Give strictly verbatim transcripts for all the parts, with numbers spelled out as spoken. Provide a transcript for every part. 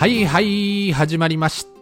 はいはい始まりました。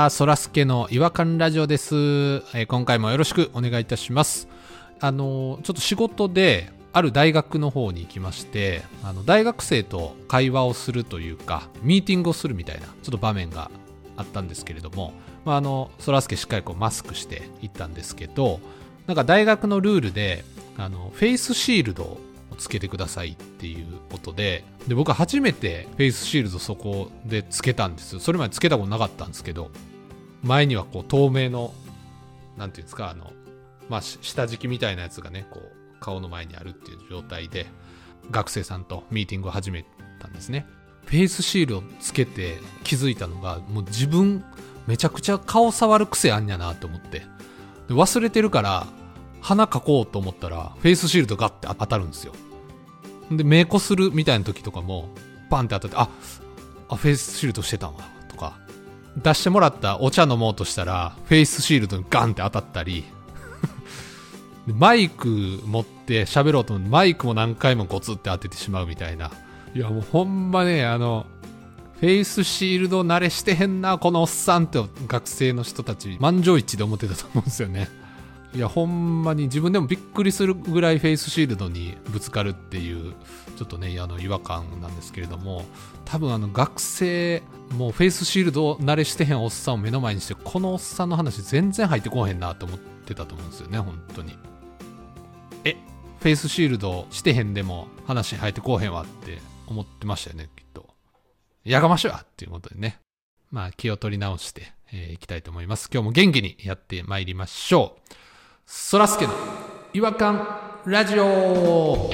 そらすけの違和感ラジオです、えー、今回もよろしくお願いいたします。あのちょっと仕事である大学の方に行きまして、あの大学生と会話をするというかミーティングをするみたいなちょっと場面があったんですけれども、まあ、あのそらすけしっかりこうマスクして行ったんですけど、なんか大学のルールであのフェイスシールドをつけてくださいっていうことで、で僕は初めてフェイスシールドそこでつけたんですよ。それまでつけたことなかったんですけど、前にはこう透明のなんていうんですか、あの、まあ、下敷きみたいなやつがねこう顔の前にあるっていう状態で学生さんとミーティングを始めたんですね。フェイスシールドをつけて気づいたのが、もう自分めちゃくちゃ顔触る癖あんやなと思って、で忘れてるから鼻かこうと思ったらフェイスシールドガッて当たるんですよ。で目こするみたいな時とかもバンって当たって、ああフェイスシールドしてたわとか、出してもらったお茶飲もうとしたらフェイスシールドにガンって当たったりマイク持って喋ろうと思ってマイクも何回もゴツって当ててしまうみたいな。いやもうほんまね、あのフェイスシールド慣れしてへんなこのおっさんって学生の人たち満場一致で思ってたと思うんですよね。いやほんまに自分でもびっくりするぐらいフェイスシールドにぶつかるっていうちょっとねあの違和感なんですけれども、多分あの学生もうフェイスシールド慣れしてへんおっさんを目の前にして、このおっさんの話全然入ってこへんなと思ってたと思うんですよね。本当にえフェイスシールドしてへんでも話入ってこへんわって思ってましたよね、きっと。やがましいわっていうことでね、まあ気を取り直して、えー、いきたいと思います。今日も元気にやってまいりましょう。そらすけの違和感ラジオ。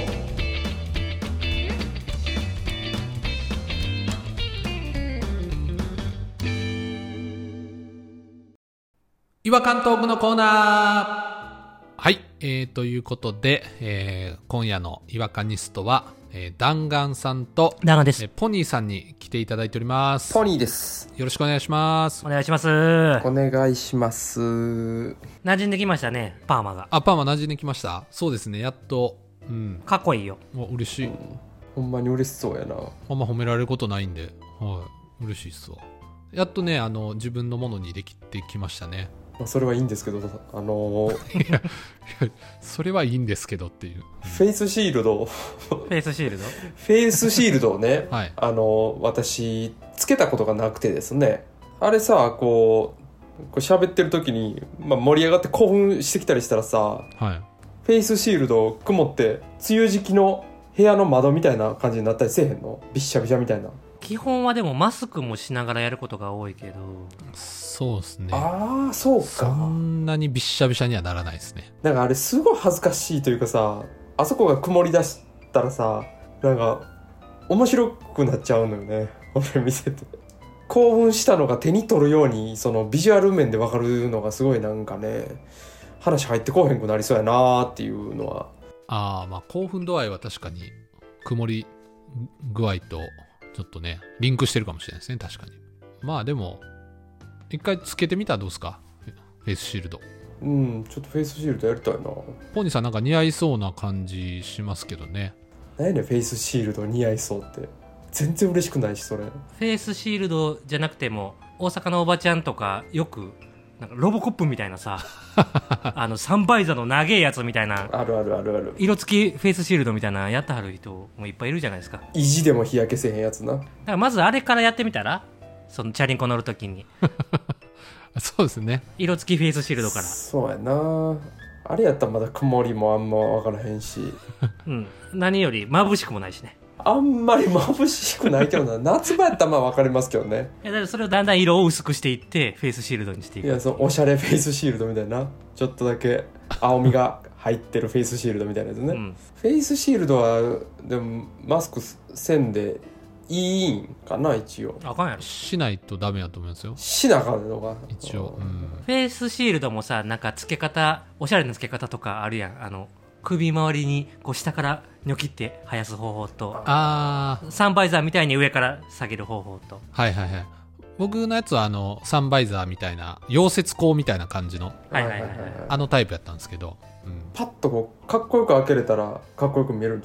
違和感トークのコーナー。はい、えー、ということで、えー、今夜の違和感ニストは、えー、弾丸さんと弾丸です、 えー、ポニーさんに来ていただいております。 ポニーです。 よろしくお願いします。 お願いします。 お願いします。 馴染んできましたね、パーマが。 あ、パーマ馴染んできました。そうですね、やっと、うん、 かっこいいよ。 お嬉しい、うん、 ほんまに嬉しそうやな。 あんま褒められることないんで、はい、嬉しいっすわ。やっとね、あの自分のものにできてきましたね。 まあ、それはいいんですけど、あのー、 いやいやそれはいいんですけどっていう、 フェイスシールドフェイスシールドフェイスシールドをね、 はい、 あのー、私つけたことがなくてですね、あれさ、こうこう喋ってる時に、まあ、盛り上がって興奮してきたりしたらさ、 はい、 フェイスシールドを曇って梅雨時期の部屋の窓みたいな感じになったりせえへんの？びっしゃびしゃみたいな。 基本はでもマスクもしながらやることが多いけど。 そうですね。 ああ、そうか。 そんなにびっしゃびしゃにはならないですね。 なんかあれすごい恥ずかしいというかさ、あそこが曇り出したらさ、なんか面白くなっちゃうのよね、俺見せて。興奮したのが手に取るようにそのビジュアル面で分かるのがすごいなんかね、話入ってこへんくなりそうやなーっていうのは。 ああ、まあ興奮度合いは確かに曇り具合とちょっとねリンクしてるかもしれないですね。確かに。まあでも一回つけてみたらどうですか、フェイスシールド。 うん、ちょっとフェイスシールドやりたいな。 ポニーさんなんか似合いそうな感じしますけどね。 何やねんフェイスシールド似合いそうって。全然嬉しくないしそれ。 フェイスシールドじゃなくても大阪のおばちゃんとかよくなんかロボコップみたいなさあのサンバイザーの長えやつみたいな、 あるあるあるある。 色付きフェイスシールドみたいなやってはる人もいっぱいいるじゃないですか。 意地でも日焼けせへんやつな。 だからまずあれからやってみたら、そのチャリンコ乗るときにそうですね、 色付きフェイスシールドから。 そうやな。あれやったらまだ曇りもあんま分からへんしうん、何より眩しくもないしね。 あんまり眩しくないけどな。夏場やったらまあ分かりますけどね。 いやだからそれをだんだん色を薄くしていってフェイスシールドにしていく。 いや、そのおしゃれフェイスシールドみたいな、ちょっとだけ青みが入ってるフェイスシールドみたいなやつね、うん、フェイスシールドはでもマスクせんでいいんかな。一応あかんやろ。 しないとダメだと思いますよ。 しなあかんのか一応、うん、 フェイスシールドもさ、なんか付け方、おしゃれな付け方とかあるやん。あの首周りにこう下からニョキって生やす方法と、 あサンバイザーみたいに上から下げる方法と。 はいはいはい。僕のやつはあのサンバイザーみたいな溶接工みたいな感じの、 はいはいはいはい、 あのタイプやったんですけど、 うん、パッとこうかっこよく開けれたらかっこよく見えるんちゃう。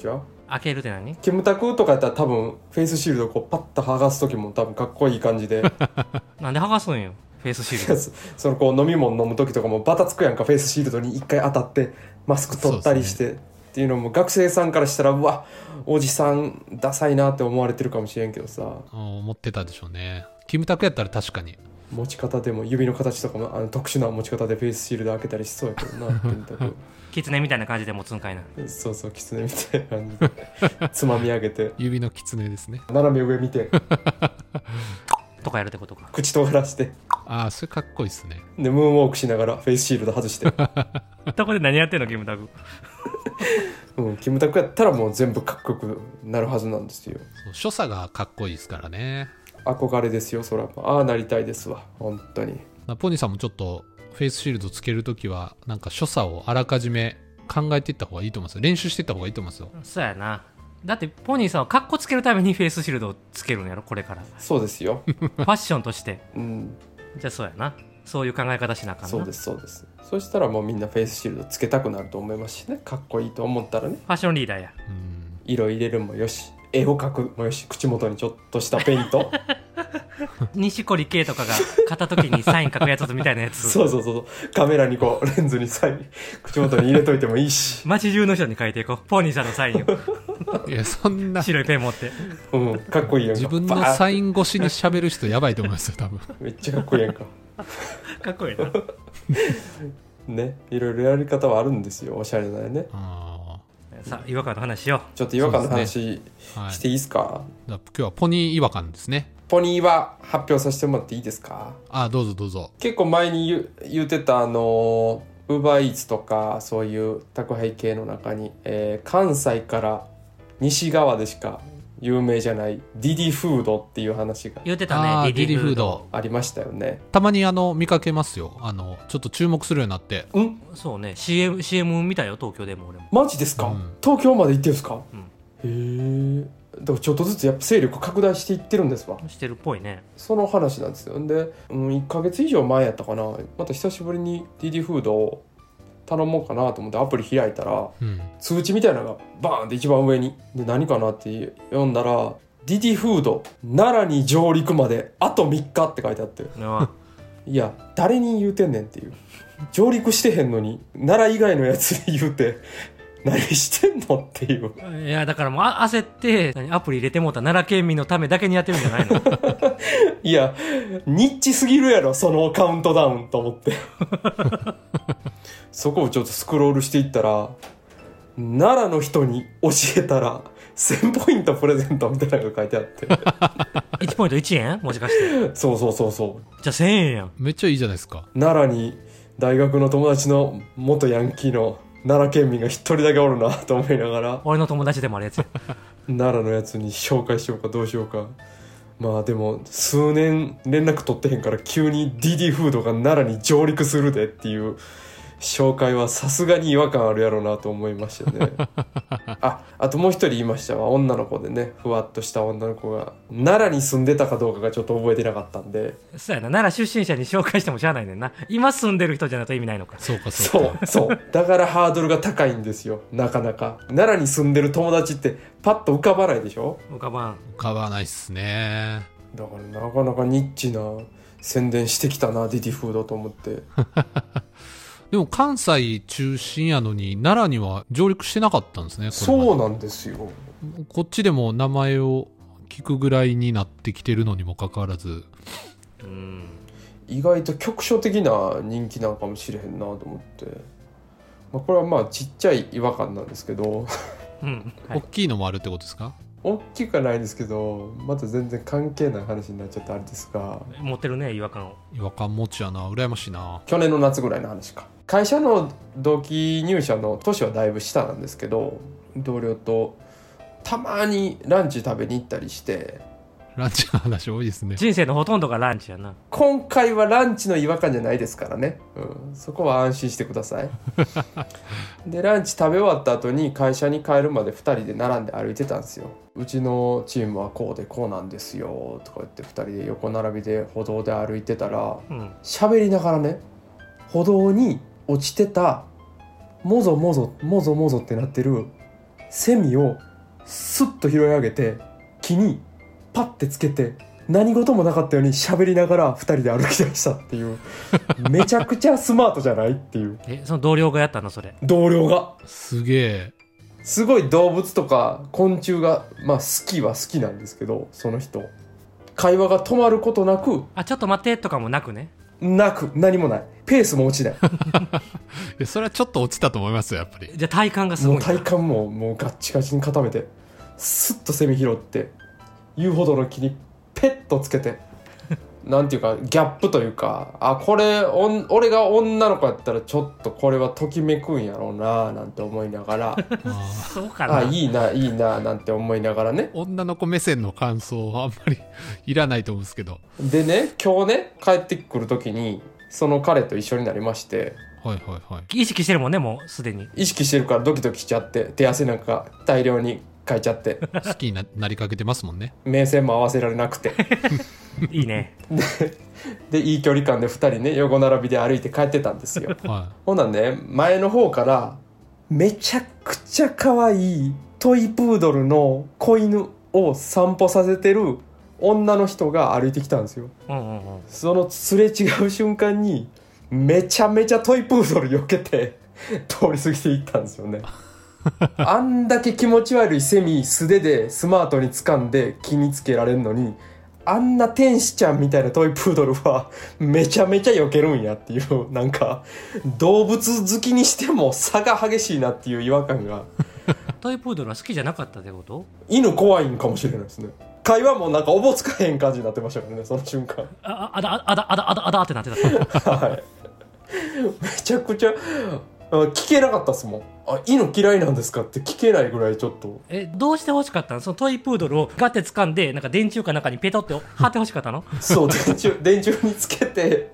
開けるって何？ キムタクとかやったら多分フェイスシールドこうパッと剥がす時も多分かっこいい感じでなんで剥がすんよフェイスシールドそのこう飲み物飲む時とかもバタつくやんか、フェイスシールドに一回当たってマスク取ったりして、ね、っていうのも学生さんからしたらうわおじさんダサいなって思われてるかもしれんけどさ、 思ってたでしょうね。キムタクやったら確かに持ち方でも指の形とかもあの特殊な持ち方でフェイスシールド開けたりしそうやけどなキムタクキツネみたいな感じで持つんかいな。 そうそう、キツネみたいな感じでつまみ上げて指のキツネですね。 斜め上見てとかやるってことか。 口尖らしてああ、それかっこいいっすね。 でムーンウォークしながらフェイスシールド外してどこで何やってんのキムタク。 うん、キムタクやったらもう全部かっこよくなるはずなんですよ。 そう所作がかっこいいですからね。 憧れですよ、そらああなりたいですわ本当に。 ポニーさんもちょっとフェイスシールドつけるときはなんか所作をあらかじめ考えていった方がいいと思いますよ。練習していった方がいいと思いますよ。 そうやな。だってポニーさんはカッコつけるためにフェイスシールドをつけるんやろこれから。 そうですよファッションとして。 うんじゃあそうやな。そういう考え方しなあかんな。 そうですそうです。そしたらもうみんなフェイスシールドつけたくなると思いますしね、かっこいいと思ったらね。 ファッションリーダーや。 うん色入れるもよし、絵を描くもよし、口元にちょっとしたペイント西堀圭とかが買った時にサイン書くやつみたいなやつそうそうそう、カメラにこうレンズにサイン口元に入れといてもいいし街中の人に書いていこうポニーさんのサインをいやそんな白いペン持ってうんかっこいいやんか。 自分のサイン越しに喋る人やばいと思いますよ多分。 めっちゃかっこいいやんかかっこいいなね、いろいろやり方はあるんですよ、おしゃれなね。 あさあ違和感の話しよちょっと違和感の話、 そうはい、 していいですか。 じゃあ今日はポニー違和感ですね。 ポニーは発表させてもらっていいですか。 あどうぞどうぞ。 結構前に 言, 言ってたあのウーバーイーツとかそういう宅配系の中に、えー関西から西側でしか有名じゃないディディフードっていう話がう。言ってたあーねディディフード。 ディディフードありましたよね。 たまにあの見かけますよ。あのちょっと注目するようになって。 んそうね シーエム, シーエム 見たよ東京でも俺も。 マジですか、 うん東京まで行ってるんですか、 うんへえ。だからちょっとずつやっぱ勢力拡大していってるんですわ。 してるっぽいね。 その話なんですよ。で、うん、いっかげつ以上前やったかな、また久しぶりにディディフードを頼もうかなと思ってアプリ開いたらうん通知みたいなのがバーンって一番上にで、何かなって読んだらディディフード奈良に上陸まであとみっかって書いてあってあいや誰に言うてんねんっていう。上陸してへんのに奈良以外のやつに言うて何してんのっていう。 いやだからもうあ焦って何アプリ入れてもうた奈良県民のためだけにやってるんじゃないのいやニッチすぎるやろそのカウントダウンと思ってそこをちょっとスクロールしていったら奈良の人に教えたらせんポイントプレゼントみたいなのが書いてあっていちポイントいちえんもしかしてそうそうそうそう。 じゃあせんえんやん。 めっちゃいいじゃないですか。 奈良に大学の友達の元ヤンキーの奈良県民が一人だけおるなと思いながら俺の友達でもあるやつや奈良のやつに紹介しようかどうしようか。まあでも数年連絡取ってへんから急にディディフードが奈良に上陸するでっていう紹介はさすがに違和感あるやろうなと思いましたねあ、あともう一人言いましたわ。女の子でね、ふわっとした女の子が奈良に住んでたかどうかがちょっと覚えてなかったんで。 そうやな奈良出身者に紹介してもしゃあないねんな。今住んでる人じゃないと意味ないのか。 そうかそうそか。 うそうだからハードルが高いんですよ。なかなか奈良に住んでる友達ってパッと浮かばないでしょ。 浮かばん。 浮かばないっすね。 だからなかなかニッチな宣伝してきたなディディフードと思ってでも関西中心やのに奈良には上陸してなかったんですね。これまでそうなんですよ。 こっちでも名前を聞くぐらいになってきてるのにもかかわらず、 うん。 意外と局所的な人気なのかもしれへんなと思って、まあ、これはまあちっちゃい違和感なんですけどうん。は大い。 きいのもあるってことですか？ 大きくはないですけどまた全然関係ない話になっちゃってあれですが、 持ってるね違和感を。 違和感持ちやな。羨ましいな。 去年の夏ぐらいの話か。会社の同期入社の年はだいぶ下なんですけど、同僚とたまにランチ食べに行ったりして、 ランチの話多いですね。 人生のほとんどがランチやな。 今回はランチの違和感じゃないですからね、うん、そこは安心してくださいでランチ食べ終わった後に会社に帰るまでふたりで並んで歩いてたんですよ。うちのチームはこうでこうなんですよとか言ってふたりで横並びで歩道で歩いてたらうん。 喋りながらね、歩道に落ちてたもぞもぞもぞもぞってなってるセミをスッと拾い上げて木にパッてつけて何事もなかったように喋りながらふたりで歩き出したっていうめちゃくちゃスマートじゃないっていう。 えその同僚がやったのそれ？ 同僚がすげえ。 すごい動物とか昆虫が、まあ、好きは好きなんですけど、その人会話が止まることなく、 あちょっと待ってとかもなくね。 なく何もない、ペースも落ちないえそれはちょっと落ちたと思いますよやっぱり。 じゃあ体感がすごいな。 もう体幹ももうガッチガチに固めてスッとセミ拾って遊歩道の木にペッとつけてなんていうかギャップというか、あこれおん俺が女の子やったらちょっとこれはときめくんやろうななんて思いながらそうかな。 あいいないいななんて思いながらね。 女の子目線の感想はあんまりいらないと思うんですけど。 でね今日ね帰ってくる時にその彼と一緒になりまして、 はいはいはい。 意識してるもんねもうすでに。 意識してるからドキドキしちゃって手汗なんか大量にかいちゃって好きに な, なりかけてますもんね。 目線も合わせられなくていいね。 でいい距離感でふたりね横並びで歩いて帰ってたんですよはほなね前の方からめちゃくちゃ可愛いトイプードルの子犬を散歩させてる女の人が歩いてきたんですよ。 うんうんうん。 そのすれ違う瞬間にめちゃめちゃトイプードル避けて通り過ぎていったんですよねあんだけ気持ち悪いセミ素手でスマートに掴んで気につけられるのに、あんな天使ちゃんみたいなトイプードルはめちゃめちゃ避けるんやっていう、なんか動物好きにしても差が激しいなっていう違和感がトイプードルは好きじゃなかったってこと？ 犬怖いんかもしれないですね。会話もなんかおぼつかへん感じになってましたからねその瞬間ああだあだあだあだあだってなってたはいめちゃくちゃ聞けなかったっすもん。あ犬嫌いなんですかって聞けないぐらいちょっと。 えどうして欲しかったの？そのトイプードルをガッて掴んでなんか電柱かなんかにペトって貼って欲しかったの？ そう電柱電柱につけて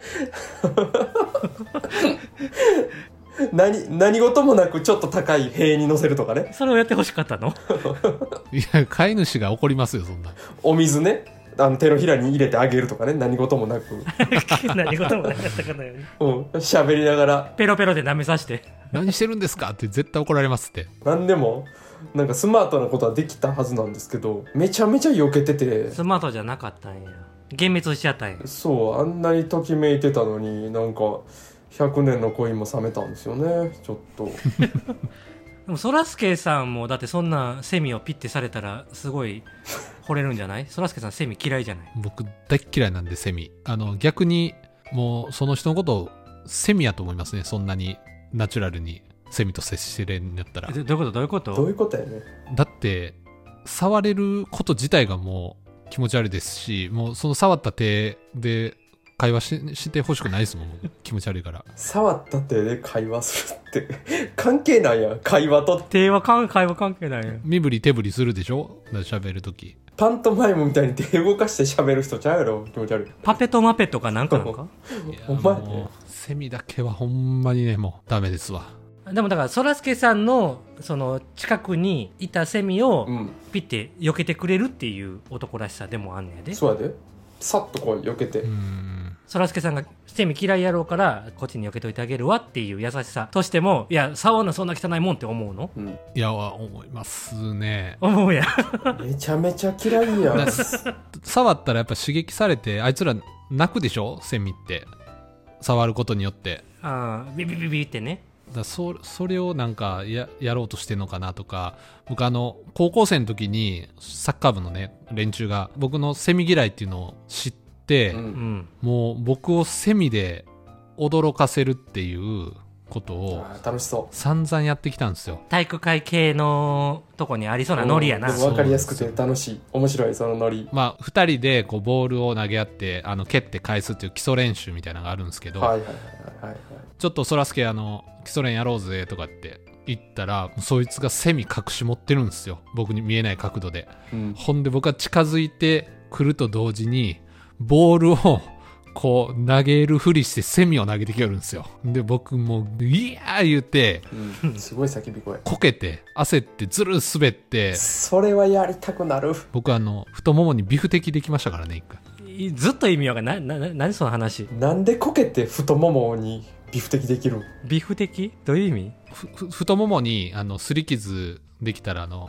何何事もなくちょっと高い塀に乗せるとかね。 それをやって欲しかったの？ いや飼い主が怒りますよそんな。 お水ねあの手のひらに入れてあげるとかね。何事もなく何事もなかったかのようにうん喋りながらペロペロで舐めさせて何してるんですかって絶対怒られますって。 何でもなんかスマートなことはできたはずなんですけど、めちゃめちゃ避けてて。 スマートじゃなかったんや。幻滅しちゃったんや。 そうあんなにときめいてたのになんかひゃくねんの恋も冷めたんですよねちょっとでもそらすけさんもだってそんなセミをピッてされたらすごい惚れるんじゃない？そらすけさんセミ嫌いじゃない？ 僕大っ嫌いなんでセミ。あの逆にもうその人のことをセミやと思いますね。そんなにナチュラルにセミと接してるんやったら。 えどどういうことどういうことどういうことやね。 だって触れること自体がもう気持ち悪いですし、もうその触った手で会話 し, してほしくないですもん気持ち悪いから。 触った手で会話するって関係ないやん会話と。 手は関会話関係ないよ。 身振り手振りするでしょ喋るとき。 パントマイムみたいに手動かして喋る人ちゃうやろ気持ち悪い。 パペットマペットかなんかなのかいやお前もうセミだけはほんまにねもうダメですわ。 でもだからそらすけさんのその近くにいたセミをうんピッて避けてくれるっていう男らしさでもあんねやで。 そうやで。さっとこう避けて、 うーんそらすけさんがセミ嫌いやろうからこっちに避けといてあげるわっていう優しさとしても、いや触んなそんな汚いもんって思うの？ うん、 いや思いますね。 思うやめちゃめちゃ嫌いやんな触ったらやっぱ刺激されてあいつら泣くでしょセミって触ることによって。 あビビビビってね。 だから そ, それをなんか や, やろうとしてんのかなとか。僕あの高校生の時にサッカー部のね連中が僕のセミ嫌いっていうのを知って、 うんうん、 もう僕をセミで驚かせるっていうことをあー楽しそ散々やってきたんですよ。 体育会系のとこにありそうう。 なノリやな。 でも分かりやすくて楽しい面白いそのノリ。 まあふたりでこうボールを投げ合ってあの蹴って返すっていう基礎練習みたいなのがあるんですけど、 はいはいはいはいはい。 ちょっとそらすけあの基礎練やろうぜとかって言ったらそいつがセミ隠し持ってるんですよ僕に見えない角度で。 うんほんで僕は近づいてくると同時にボールをこう投げるふりしてセミを投げてきよるんですよ。で僕もういやー言うてうん、すごい叫び声。 こけて焦ってずる滑ってそれはやりたくなる。 僕あの太ももにビフ的できましたからね一回。 ずっと意味わかんないななな何その話。 なんでこけて太ももにビフ的できるん？ ビフ的どういう意味？ ふふ太ももにあの擦り傷できたらあの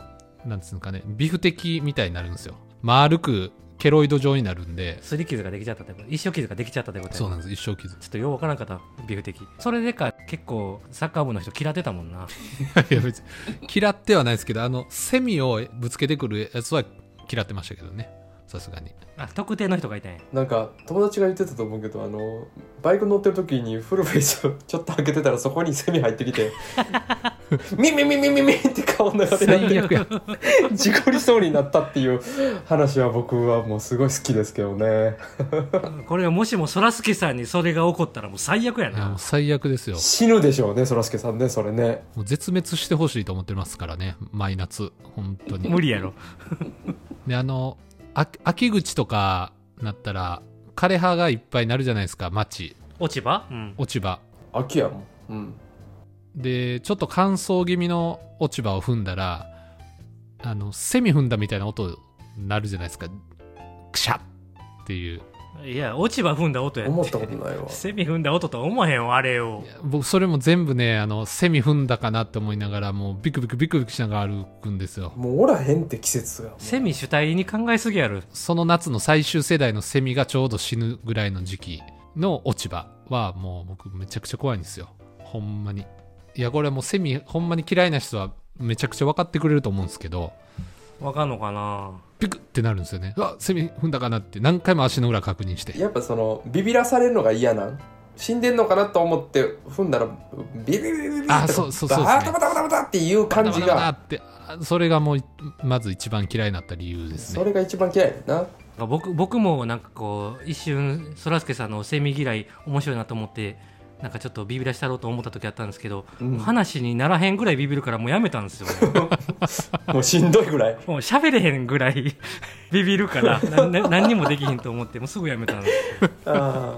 なんつうんかね、ビフ的みたいになるんですよ。丸くケロイド状になるんで。 すり傷ができちゃったってこと、一生傷ができちゃったってことや。 そうなんです、一生傷。 ちょっとようわからんかった、ビフ的。それでか、結構サッカー部の人嫌ってたもんな。 いや別に嫌ってはないですけど、あのセミをぶつけてくるやつは嫌ってましたけどね、さすがに。 あ、特定の人がいたんや。 なんか友達が言ってたと思うけど、あのバイク乗ってる時にフルフェイスをちょっと開けてたらそこにセミ入ってきてミミミミミミって顔の中で最悪や。 事故りそうになったっていう話は僕はもうすごい好きですけどね。 これがもしもそらすけさんにそれが起こったらもう最悪やいやもうな。 最悪ですよ。 死ぬでしょうね、そらすけさんね、それね。 もう絶滅してほしいと思ってますからね、毎夏本当に。 無理やろ。 で、あのあ秋口とかなったら枯葉がいっぱいになるじゃないですか、町。 落ち葉、うん、 落ち葉秋やもん。うんで、ちょっと乾燥気味の落ち葉を踏んだら、あのセミ踏んだみたいな音になるじゃないですか、クシャッっていう。 いや、落ち葉踏んだ音やって。 思ったことないわ。 セミ踏んだ音とは思わへんわ、あれを。 僕それも全部ね、あのセミ踏んだかなって思いながら、もうビクビクビクビクしながら歩くんですよ。 もうおらへんって季節が。 セミ主体に考えすぎやる。 その夏の最終世代のセミがちょうど死ぬぐらいの時期の落ち葉はもう僕めちゃくちゃ怖いんですよ、ほんまに。いや、これはもうセミほんまに嫌いな人はめちゃくちゃ分かってくれると思うんですけど、 わかんのかな。 ピクってなるんですよね。うわ、セミ踏んだかなって何回も足の裏確認して。 やっぱそのビビらされるのが嫌なん、死んでんのかなと思って踏んだらビビビビビビビあ、そうそうそうですね、 バタバタバタバタっていう感じバタバタバタが、 ってそれがもうまず一番嫌いになった理由ですね。 それが一番嫌いだな。 僕僕もなんかこう一瞬そらすけさんのセミ嫌い面白いなと思ってなんかちょっとビビらしたろうと思った時あったんですけど、 うん、 話にならへんぐらいビビるからもうやめたんですよ、ね、 もうしんどいぐらい、 もう喋れへんぐらいビビるからなな何にもできひんと思ってもうすぐやめたんですよ。 あ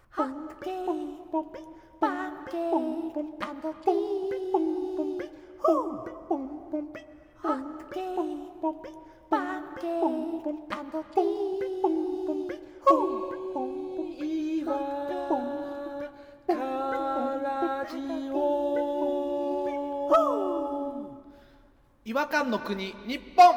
違和感の国日本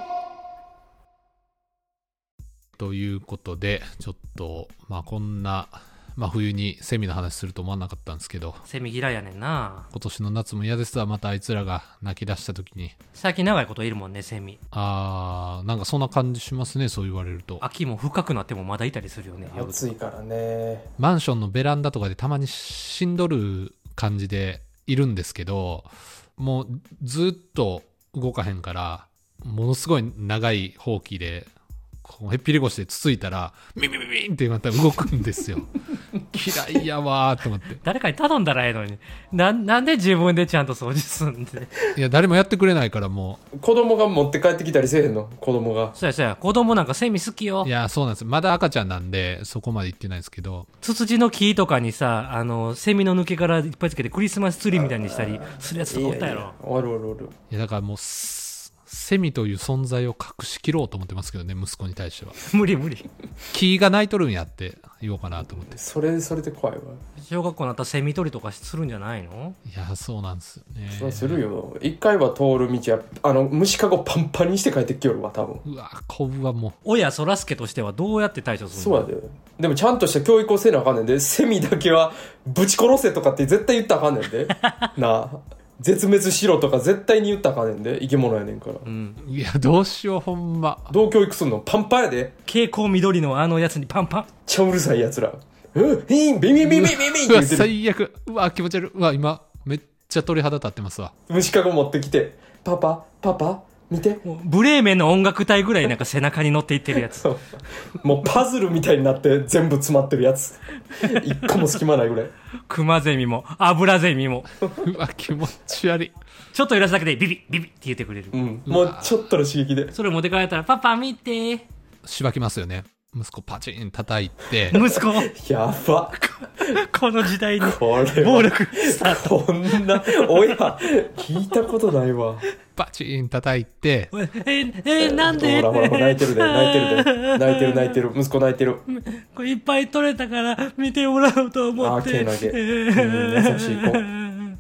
ということで、ちょっとまあこんな真冬にセミの話すると思わなかったんですけど、 セミ嫌いやねんな。 今年の夏も嫌ですわ。またあいつらが泣き出した時に。 最近長いこといるもんね、セミ。 あー、なんかそんな感じしますね、そう言われると。 秋も深くなってもまだいたりするよね。 暑いからね。 マンションのベランダとかでたまにしんどる感じでいるんですけど、もうずっと動かへんから、ものすごい長いほうきでこうへっぴり腰でつついたらミミミミンってまた動くんですよ。嫌いやわーと思って。 誰かに頼んだらええのに な, なんで自分でちゃんと掃除すんで。 いや、誰もやってくれないから。もう子供が持って帰ってきたりせえへんの、子供が。 そうやそうや、子供なんかセミ好きよ。 う、いや、そうなんです。まだ赤ちゃんなんでそこまで行ってないですけど、 ツツジの木とかにさ、あのセミの抜け殻いっぱいつけてクリスマスツリーみたいにしたりするやつとかおったやろ。 いやいやおるおるおる。 いやだからもうセミという存在を隠しきろうと思ってますけどね、息子に対しては。 無理無理。 木が鳴いとるんやって言おうかなと思って。 それそれで怖いわ。 小学校になったらセミ取りとかするんじゃないの？ いや、そうなんですよね。 そうするよ。一回は通る道はあの虫かごパンパンにして帰ってきよるわ多分。 うわ、こぶはもう。 親そらすけとしてはどうやって対処するの？ そうやで。でもちゃんとした教育をせなあかんねんで。セミだけはぶち殺せとかって絶対言ったらあかんねんで。なあ、絶滅しろとか絶対に言ったらあかんねんで。生き物やねんから、 うん、 いや、どうしよう、ほんま。 どう教育すんの？パンパンやで。 蛍光緑のあのやつにパンパン。 ちゃうるさいやつら。うん、ヒーンビビビビビビってうわ、 言ってる。 最悪。うわ、気持ち悪い。うわ、今めっちゃ鳥肌立ってますわ。 虫かご持ってきて、パパパパ見て。 もうブレーメンの音楽隊ぐらいなんか背中に乗っていってるやつ。 もうパズルみたいになって全部詰まってるやつ。一個も隙間ないぐらい。 クマゼミもアブラゼミもうわ、気持ち悪い。 ちょっと揺らすだけでビビビビって言ってくれる、 うん、もうちょっとの刺激で。 それ持って帰ったらパパ見てしばきますよね。息子パチン叩いて。 息子やば。 この時代にこれ暴力スタート。 こんな親聞いたことないわ。 パチン叩いて。 ええなんで？ ほらほらほら泣いてるで泣いてるで泣いてる泣いてる息子泣いてる。 これいっぱい取れたから見てもらおうと思って。 あーけなげ、うん、優しい子。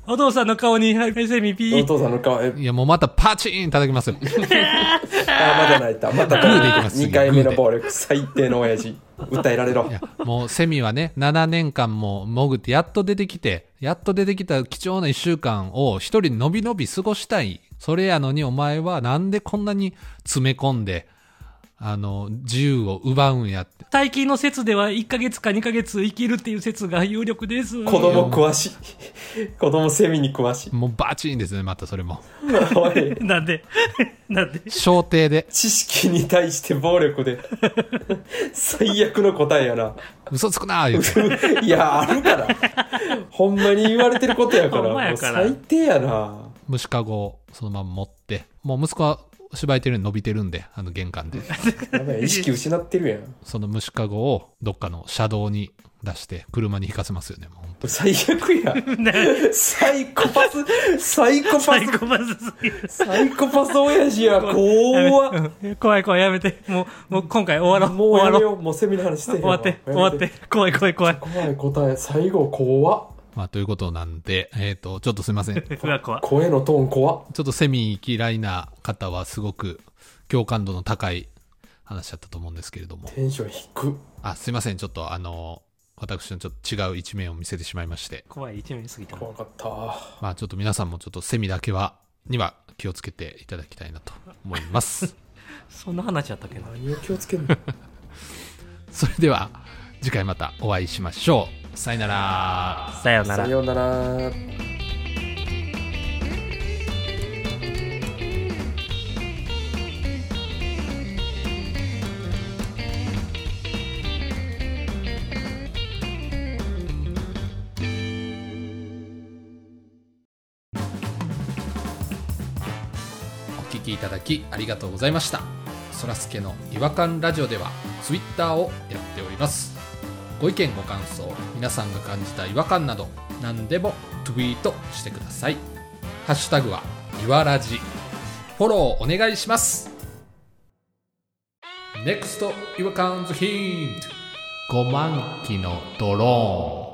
お父さんの顔に、はい、セミピー。 お父さんの顔、えいやもうまたパチーン叩きますよ。 あまだ泣いたまたグーでいきますにかいめの暴力最低の親父訴えられろ。 いやもうセミはねななねんかんも潜ってやっと出てきてやっと出てきた貴重ないっしゅうかんを一人のびのび過ごしたい。それやのにお前はなんでこんなに詰め込んであの自由を奪うんやって。 最近の説ではいっかげつかにかげつ生きるっていう説が有力です。 子供詳しい子供セミに詳しい。 もうバチーンですねまたそれもおいなんでなんで小艇で知識に対して暴力で最悪の答えやな。 嘘つくなー言っていやあるからほんまに言われてることやからほんまやからもう最低やな。 虫かごをそのまま持ってもう息子は芝居てるの伸びてるんであの玄関でやばい意識失ってるやん。 その虫かごをどっかの車道に出して車に引かせますよね。もう最悪やサイコパスサイコパスサイコパスすぎる。 サイコパス親父や怖っ。 うん怖い怖いやめて。もう、もう今回終わろう。 もうや終わろう。 めよう。もうセミの話してへんわ終わって、終わって。怖い怖い怖い。 怖い答え最後怖っ。 まあということなんでえっ、とちょっとすいませんちうわ怖い。 声のトーン怖っ。 ょっとセミ嫌いな方はすごく共感度の高い話だったと思うんですけれども、 テンション低っ。 あすいませんちょっとあの私のちょっと違う一面を見せてしまいまして、 怖い一面すぎた。 怖かったまあちょっと皆さんもちょっとセミだけはには気をつけていただきたいなと思いますそんな話やったっけな。 何を気をつけんのそれでは次回またお会いしましょう。さよなら。 さようならさ。ようなら。 お聞きいただきありがとうございました。そらすけの違和感ラジオではツイッターをやっております。ご意見ご感想、皆さんが感じた違和感など何でもツイートしてください。ハッシュタグはいわらじ。フォローお願いします。 ネクスト 違和感ズヒント。ごまん機のドローン。